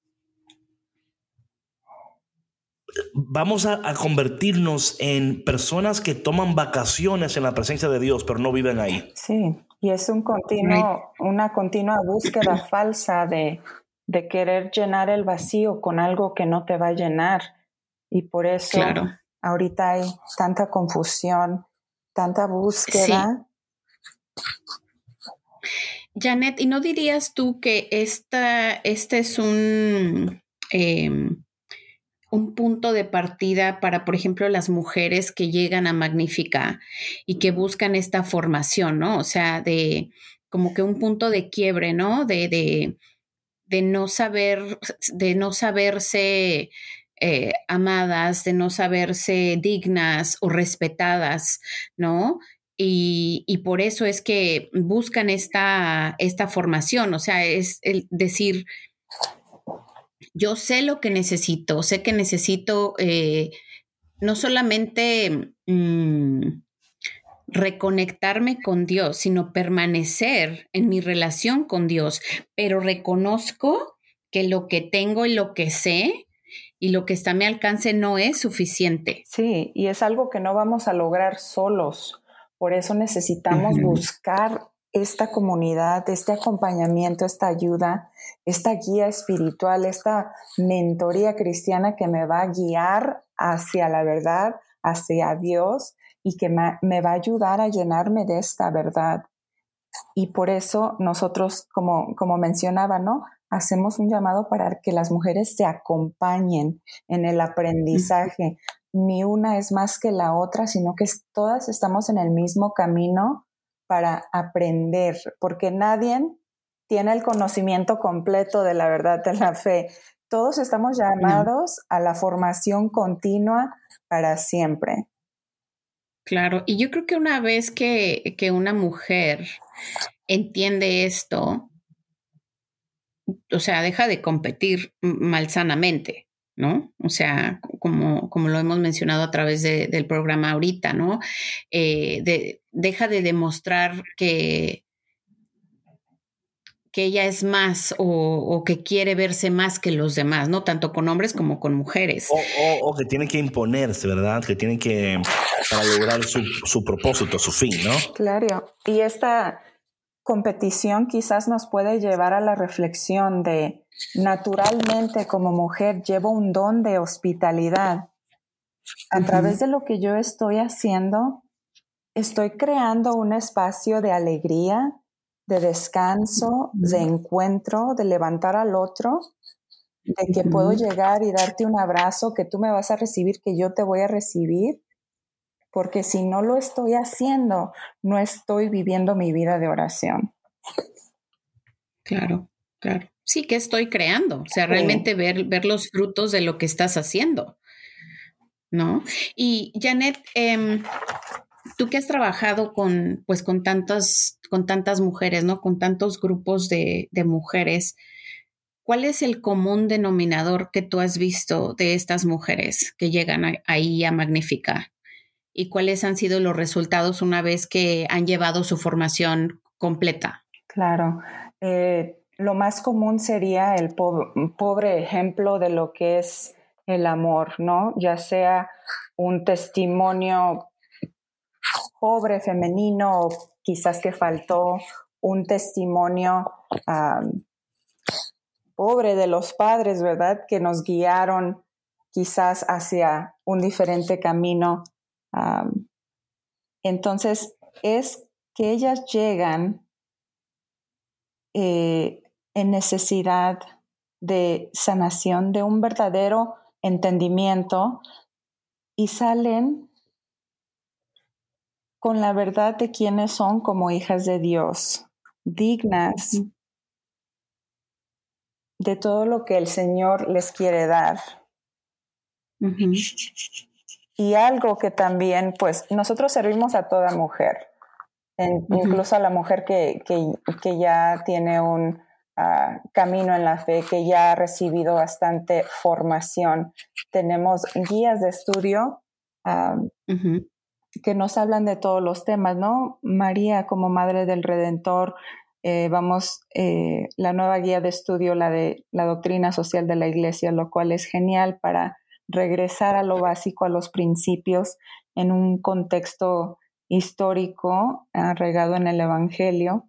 vamos a convertirnos en personas que toman vacaciones en la presencia de Dios, pero no viven ahí. Sí, y es una continua búsqueda falsa de querer llenar el vacío con algo que no te va a llenar. Y por eso ahorita hay tanta confusión, tanta búsqueda Janet, ¿y no dirías tú que este es un punto de partida para, por ejemplo, las mujeres que llegan a Magnífica y que buscan esta formación, ¿no? O sea, de como que un punto de quiebre, ¿no? De no saber, de no saberse amadas, de no saberse dignas o respetadas, ¿no? Y por eso es que buscan esta formación, o sea, es el decir, yo sé lo que necesito, sé que necesito no solamente reconectarme con Dios, sino permanecer en mi relación con Dios, pero reconozco que lo que tengo y lo que sé y lo que está a mi alcance no es suficiente. Sí, y es algo que no vamos a lograr solos. Por eso necesitamos buscar esta comunidad, este acompañamiento, esta ayuda, esta guía espiritual, esta mentoría cristiana que me va a guiar hacia la verdad, hacia Dios y que me va a ayudar a llenarme de esta verdad. Y por eso nosotros, como mencionaba, ¿no? Hacemos un llamado para que las mujeres se acompañen en el aprendizaje. Ni una es más que la otra, sino que todas estamos en el mismo camino para aprender, porque nadie tiene el conocimiento completo de la verdad de la fe. Todos estamos llamados a la formación continua para siempre. Claro, y yo creo que una vez que una mujer entiende esto, o sea, deja de competir malsanamente, ¿no? O sea, como lo hemos mencionado a través del programa ahorita, ¿no? Deja de demostrar que ella es más o que quiere verse más que los demás, ¿no? Tanto con hombres como con mujeres. O que tienen que imponerse, ¿verdad? Que tienen que, para lograr su propósito, su fin, ¿no? Claro, y esta competición quizás nos puede llevar a la reflexión de, naturalmente como mujer llevo un don de hospitalidad. A través de lo que yo estoy haciendo, estoy creando un espacio de alegría, de descanso, de encuentro, de levantar al otro, de que puedo llegar y darte un abrazo, que tú me vas a recibir, que yo te voy a recibir. Porque si no lo estoy haciendo, no estoy viviendo mi vida de oración. Claro, claro. Sí, que estoy creando, o sea, realmente ver los frutos de lo que estás haciendo, ¿no? Y Janet, tú que has trabajado con tantas mujeres, ¿no? Con tantos grupos de mujeres, ¿cuál es el común denominador que tú has visto de estas mujeres que llegan ahí a Magnífica? ¿Y cuáles han sido los resultados una vez que han llevado su formación completa? Claro. Lo más común sería el pobre ejemplo de lo que es el amor, ¿no? Ya sea un testimonio pobre, femenino, o quizás que faltó un testimonio pobre de los padres, ¿verdad? Que nos guiaron quizás hacia un diferente camino. Entonces, es que ellas llegan en necesidad de sanación, de un verdadero entendimiento y salen con la verdad de quiénes son como hijas de Dios, dignas de todo lo que el Señor les quiere dar. Y algo que también, pues, nosotros servimos a toda mujer, incluso a la mujer que ya tiene un camino en la fe, que ya ha recibido bastante formación. Tenemos guías de estudio que nos hablan de todos los temas, ¿no? María como Madre del Redentor, la nueva guía de estudio, la de la doctrina social de la Iglesia, lo cual es genial para regresar a lo básico, a los principios, en un contexto histórico arraigado en el Evangelio,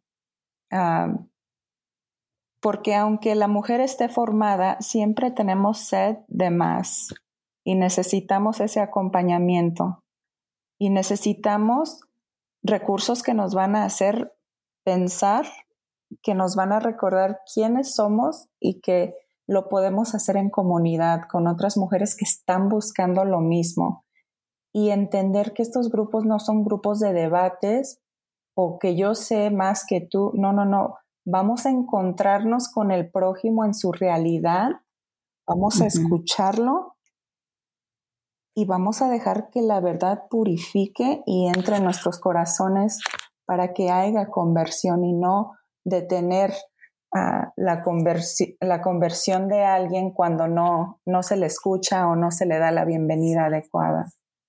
porque aunque la mujer esté formada, siempre tenemos sed de más y necesitamos ese acompañamiento y necesitamos recursos que nos van a hacer pensar que nos van a recordar quiénes somos y que lo podemos hacer en comunidad con otras mujeres que están buscando lo mismo. Y entender que estos grupos no son grupos de debates o que yo sé más que tú. No. Vamos a encontrarnos con el prójimo en su realidad. Vamos a escucharlo y vamos a dejar que la verdad purifique y entre en nuestros corazones para que haya conversión y no detener la conversión de alguien cuando no se le escucha o no se le da la bienvenida adecuada.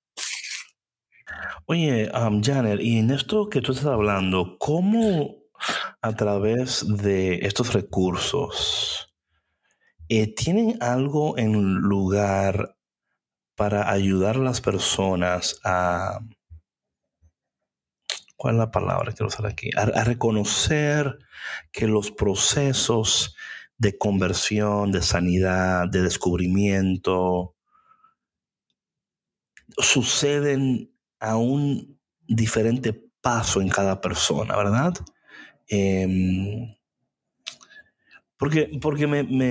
Oye, Janet, y en esto que tú estás hablando, ¿cómo a través de estos recursos tienen algo en lugar para ayudar a las personas a, ¿cuál es la palabra que quiero usar aquí? A reconocer que los procesos de conversión, de sanidad, de descubrimiento, suceden a un diferente paso en cada persona, ¿verdad? Porque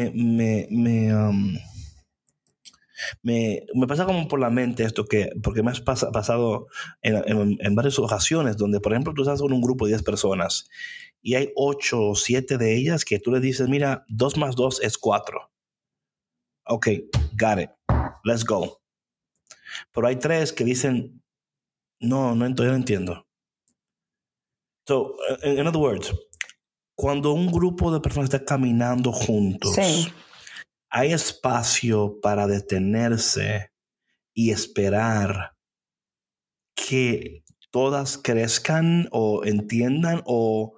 me pasa como por la mente esto, porque me ha pasado en varias ocasiones donde, por ejemplo, tú estás con un grupo de 10 personas y hay 8 o 7 de ellas que tú le dices, mira, 2 más 2 es 4. Ok, got it. Let's go. Pero hay 3 que dicen, no entiendo. So, in other words, cuando un grupo de personas está caminando juntos, sí, hay espacio para detenerse y esperar que todas crezcan o entiendan, o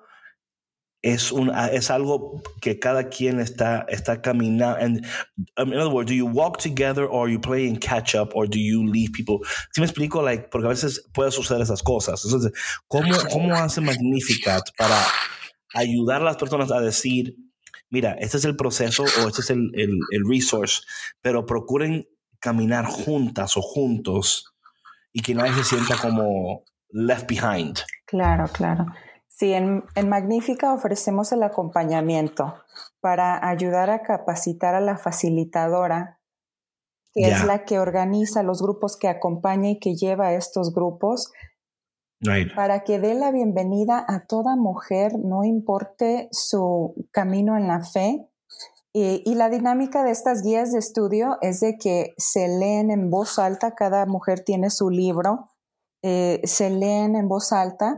es algo que cada quien está caminando. And, in other words, do you walk together or you play in catch up or do you leave people? ¿Sí me explico? Porque a veces puede suceder esas cosas. Entonces, ¿cómo hace Magnificat para ayudar a las personas a decir, mira, este es el proceso o este es el resource, pero procuren caminar juntas o juntos y que nadie se sienta como left behind? Claro. Sí, en Magnífica ofrecemos el acompañamiento para ayudar a capacitar a la facilitadora, que es la que organiza los grupos, que acompaña y que lleva a estos grupos, para que dé la bienvenida a toda mujer, no importe su camino en la fe. Y la dinámica de estas guías de estudio es de que se leen en voz alta, cada mujer tiene su libro, se leen en voz alta.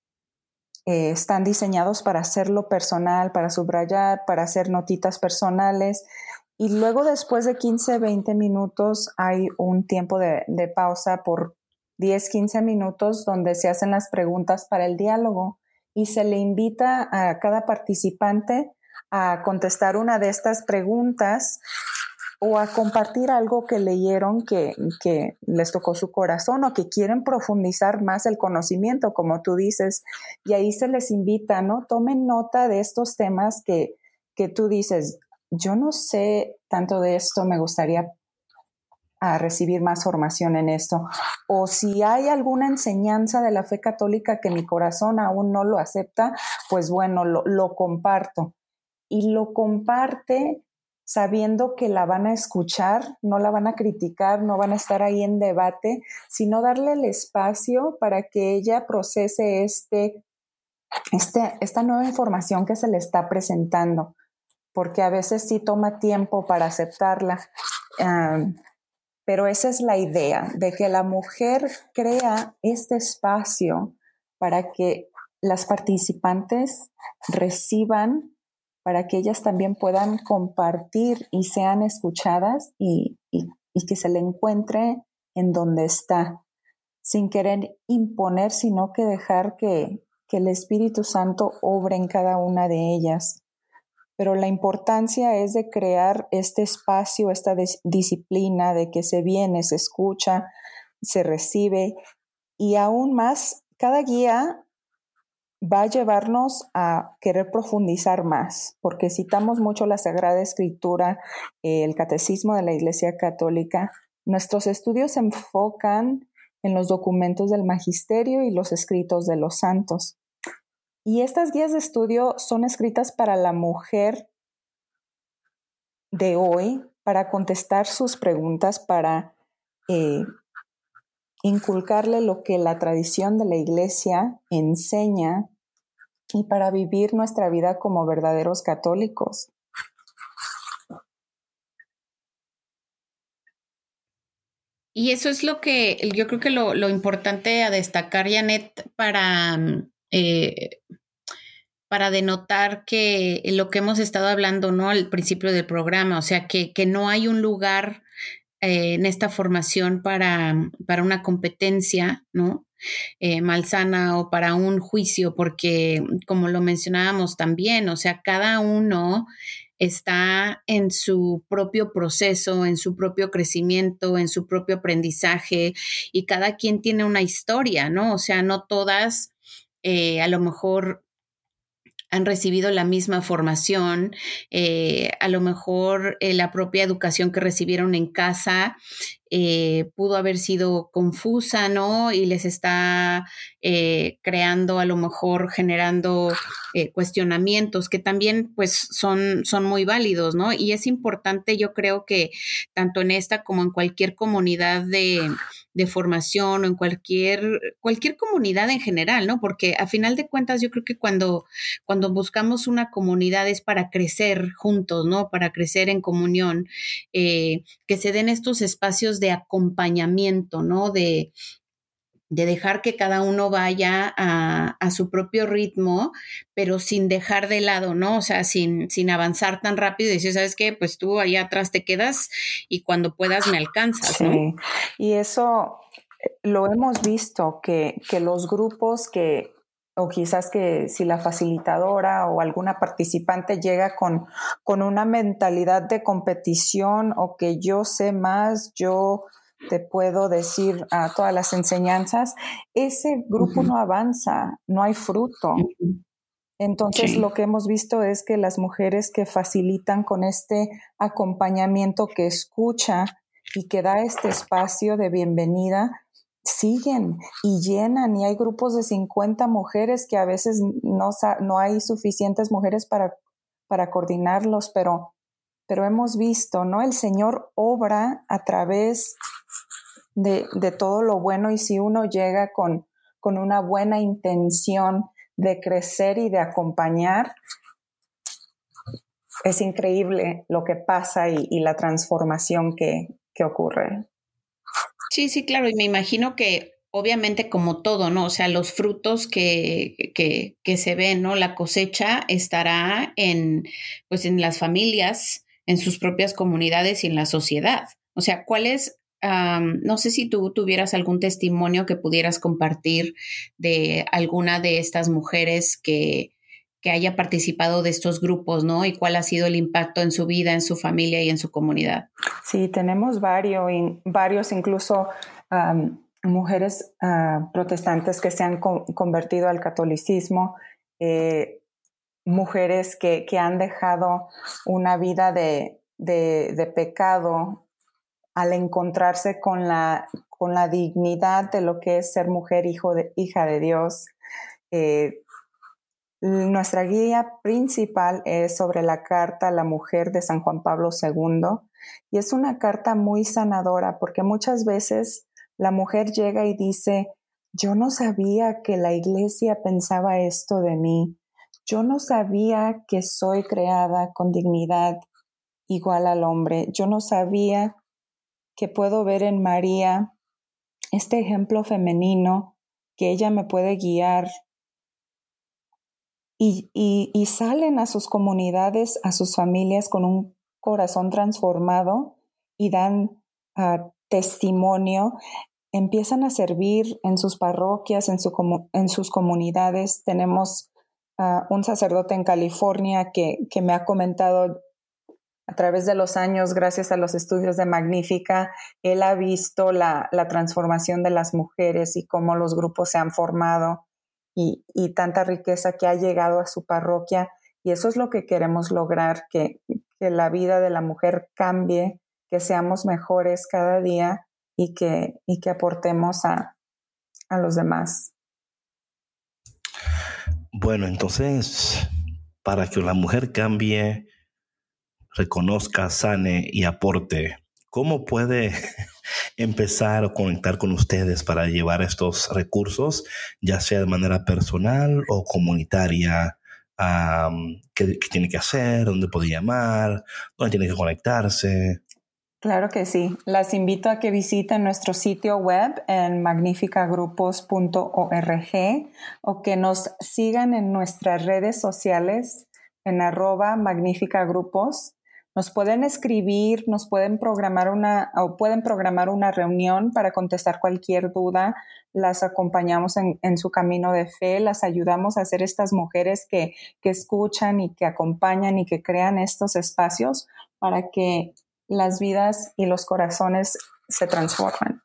Están diseñados para hacerlo personal, para subrayar, para hacer notitas personales. Y luego, después de 15, 20 minutos, hay un tiempo de pausa por 10, 15 minutos donde se hacen las preguntas para el diálogo y se le invita a cada participante a contestar una de estas preguntas o a compartir algo que leyeron que les tocó su corazón o que quieren profundizar más el conocimiento, como tú dices. Y ahí se les invita, ¿no? Tomen nota de estos temas que tú dices, yo no sé tanto de esto, me gustaría recibir más formación en esto. O si hay alguna enseñanza de la fe católica que mi corazón aún no lo acepta, pues bueno, lo comparto. Y lo comparte sabiendo que la van a escuchar, no la van a criticar, no van a estar ahí en debate, sino darle el espacio para que ella procese esta nueva información que se le está presentando, porque a veces sí toma tiempo para aceptarla. Pero esa es la idea, de que la mujer crea este espacio para que las participantes reciban, para que ellas también puedan compartir y sean escuchadas y que se le encuentre en donde está, sin querer imponer, sino que dejar que el Espíritu Santo obre en cada una de ellas. Pero la importancia es de crear este espacio, esta disciplina de que se viene, se escucha, se recibe, y aún más, cada guía va a llevarnos a querer profundizar más, porque citamos mucho la Sagrada Escritura, el Catecismo de la Iglesia Católica. Nuestros estudios se enfocan en los documentos del Magisterio y los escritos de los santos. Y estas guías de estudio son escritas para la mujer de hoy, para contestar sus preguntas, para inculcarle lo que la tradición de la iglesia enseña y para vivir nuestra vida como verdaderos católicos. Y eso es lo que yo creo que lo importante a destacar, Janet, para denotar que lo que hemos estado hablando, ¿no? Al principio del programa, o sea, que no hay un lugar en esta formación para una competencia, ¿no? Malsana o para un juicio, porque como lo mencionábamos también, o sea, cada uno está en su propio proceso, en su propio crecimiento, en su propio aprendizaje y cada quien tiene una historia, ¿no? O sea, no todas a lo mejor han recibido la misma formación, a lo mejor la propia educación que recibieron en casa pudo haber sido confusa, ¿no? Y les está creando, a lo mejor generando cuestionamientos que también pues son muy válidos, ¿no? Y es importante, yo creo que tanto en esta como en cualquier comunidad de formación o en cualquier comunidad en general, ¿no? Porque a final de cuentas yo creo que cuando buscamos una comunidad es para crecer juntos, ¿no? Para crecer en comunión, que se den estos espacios de acompañamiento, ¿no? De dejar que cada uno vaya a su propio ritmo, pero sin dejar de lado, ¿no? O sea, sin avanzar tan rápido y decir, ¿sabes qué? Pues tú allá atrás te quedas y cuando puedas me alcanzas, ¿no? Sí, y eso lo hemos visto, que los grupos o quizás que si la facilitadora o alguna participante llega con una mentalidad de competición o que yo sé más, yo te puedo decir todas las enseñanzas, ese grupo no avanza, no hay fruto. Entonces, Sí. lo que hemos visto es que las mujeres que facilitan con este acompañamiento, que escucha y que da este espacio de bienvenida, siguen y llenan, y hay grupos de 50 mujeres que a veces no hay suficientes mujeres para coordinarlos, pero hemos visto, ¿no? El Señor obra a través de todo lo bueno, y si uno llega con una buena intención de crecer y de acompañar, es increíble lo que pasa y la transformación que ocurre. Sí, sí, claro, y me imagino que obviamente como todo, ¿no? O sea, los frutos que se ven, ¿no? La cosecha estará pues en las familias, en sus propias comunidades y en la sociedad. O sea, no sé si tú tuvieras algún testimonio que pudieras compartir de alguna de estas mujeres que haya participado de estos grupos, ¿no? Y cuál ha sido el impacto en su vida, en su familia y en su comunidad. Sí, tenemos varios incluso mujeres protestantes que se han convertido al catolicismo, mujeres que han dejado una vida de pecado al encontrarse con la dignidad de lo que es ser mujer, hija de Dios. Nuestra guía principal es sobre la carta a la mujer de San Juan Pablo II, y es una carta muy sanadora porque muchas veces la mujer llega y dice, yo no sabía que la iglesia pensaba esto de mí, yo no sabía que soy creada con dignidad igual al hombre, yo no sabía que puedo ver en María este ejemplo femenino, que ella me puede guiar. Y salen a sus comunidades, a sus familias con un corazón transformado y dan testimonio, empiezan a servir en sus parroquias, en sus comunidades. Tenemos un sacerdote en California que me ha comentado a través de los años, gracias a los estudios de Magnífica, él ha visto la transformación de las mujeres y cómo los grupos se han formado. Y tanta riqueza que ha llegado a su parroquia, y eso es lo que queremos lograr, que la vida de la mujer cambie, que seamos mejores cada día y que aportemos a los demás. Bueno, entonces, para que la mujer cambie, reconozca, sane y aporte, ¿cómo puede empezar a conectar con ustedes para llevar estos recursos, ya sea de manera personal o comunitaria? ¿Qué tiene que hacer? ¿Dónde puede llamar? ¿Dónde tiene que conectarse? Claro que sí. Las invito a que visiten nuestro sitio web en magnificagrupos.org o que nos sigan en nuestras redes sociales en @magnificagrupos. Nos pueden escribir, nos pueden programar una reunión para contestar cualquier duda. Las acompañamos en su camino de fe, las ayudamos a ser estas mujeres que escuchan y que acompañan y que crean estos espacios para que las vidas y los corazones se transforman.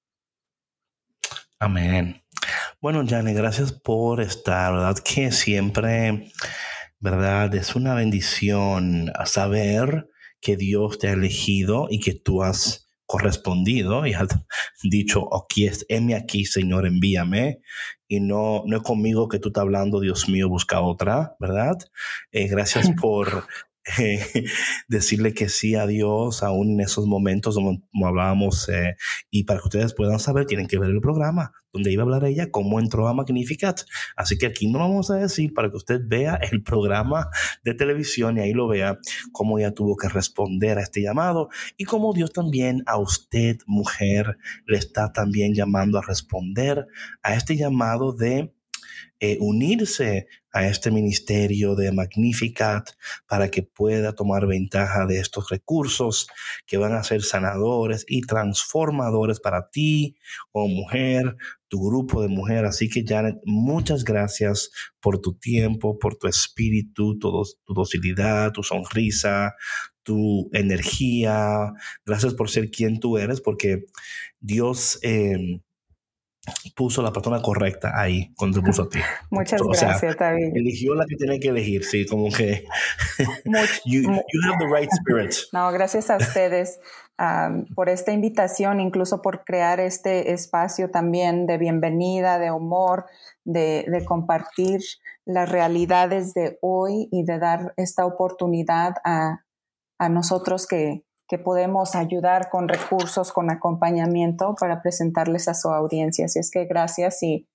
Amén. Bueno, Janet, gracias por estar, ¿verdad? Que siempre, ¿verdad? Es una bendición saber que Dios te ha elegido y que tú has correspondido y has dicho, heme aquí, Señor, envíame. Y no es conmigo que tú estás hablando, Dios mío, busca otra, ¿verdad? Gracias por decirle que sí a Dios aún en esos momentos como hablábamos, y para que ustedes puedan saber tienen que ver el programa donde iba a hablar ella cómo entró a Magnificat, así que aquí no lo vamos a decir para que usted vea el programa de televisión y ahí lo vea cómo ella tuvo que responder a este llamado y cómo Dios también a usted, mujer, le está también llamando a responder a este llamado de unirse a este ministerio de Magnificat para que pueda tomar ventaja de estos recursos que van a ser sanadores y transformadores para ti como mujer, tu grupo de mujer. Así que, Janet, muchas gracias por tu tiempo, por tu espíritu, tu docilidad, tu sonrisa, tu energía. Gracias por ser quien tú eres, porque Dios puso la persona correcta ahí cuando te puso a ti. Muchas gracias, David. Eligió la que tenía que elegir, sí, como que you have the right spirit. No, gracias a ustedes por esta invitación, incluso por crear este espacio también de bienvenida, de humor, de compartir las realidades de hoy y de dar esta oportunidad a nosotros que podemos ayudar con recursos, con acompañamiento para presentarles a su audiencia. Así es que gracias y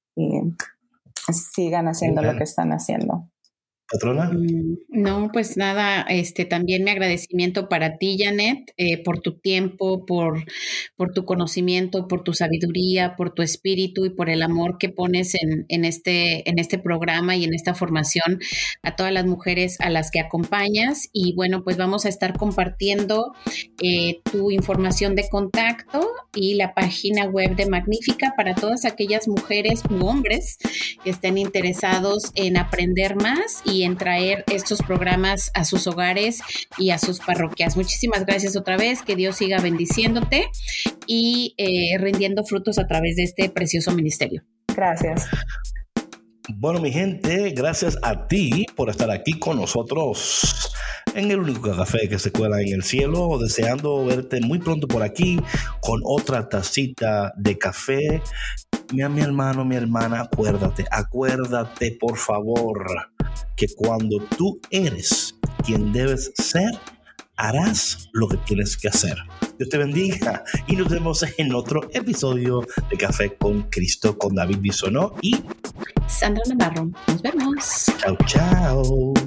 sigan haciendo lo que están haciendo. ¿Patrona? No, pues nada, también mi agradecimiento para ti, Janet, por tu tiempo, por tu conocimiento, por tu sabiduría, por tu espíritu y por el amor que pones en este programa y en esta formación a todas las mujeres a las que acompañas. Y bueno, pues vamos a estar compartiendo tu información de contacto y la página web de Magnífica para todas aquellas mujeres u hombres que estén interesados en aprender más y en traer estos programas a sus hogares y a sus parroquias. Muchísimas gracias otra vez, que Dios siga bendiciéndote y rindiendo frutos a través de este precioso ministerio. Gracias. Bueno, mi gente, gracias a ti por estar aquí con nosotros en el único café que se cuela en el cielo, deseando verte muy pronto por aquí con otra tacita de café. Mi hermano, mi hermana, acuérdate por favor que cuando tú eres quien debes ser, harás lo que tienes que hacer. Dios te bendiga y nos vemos en otro episodio de Café con Cristo con David Bisonó y Sandra Navarro. Nos vemos. Chao, chao.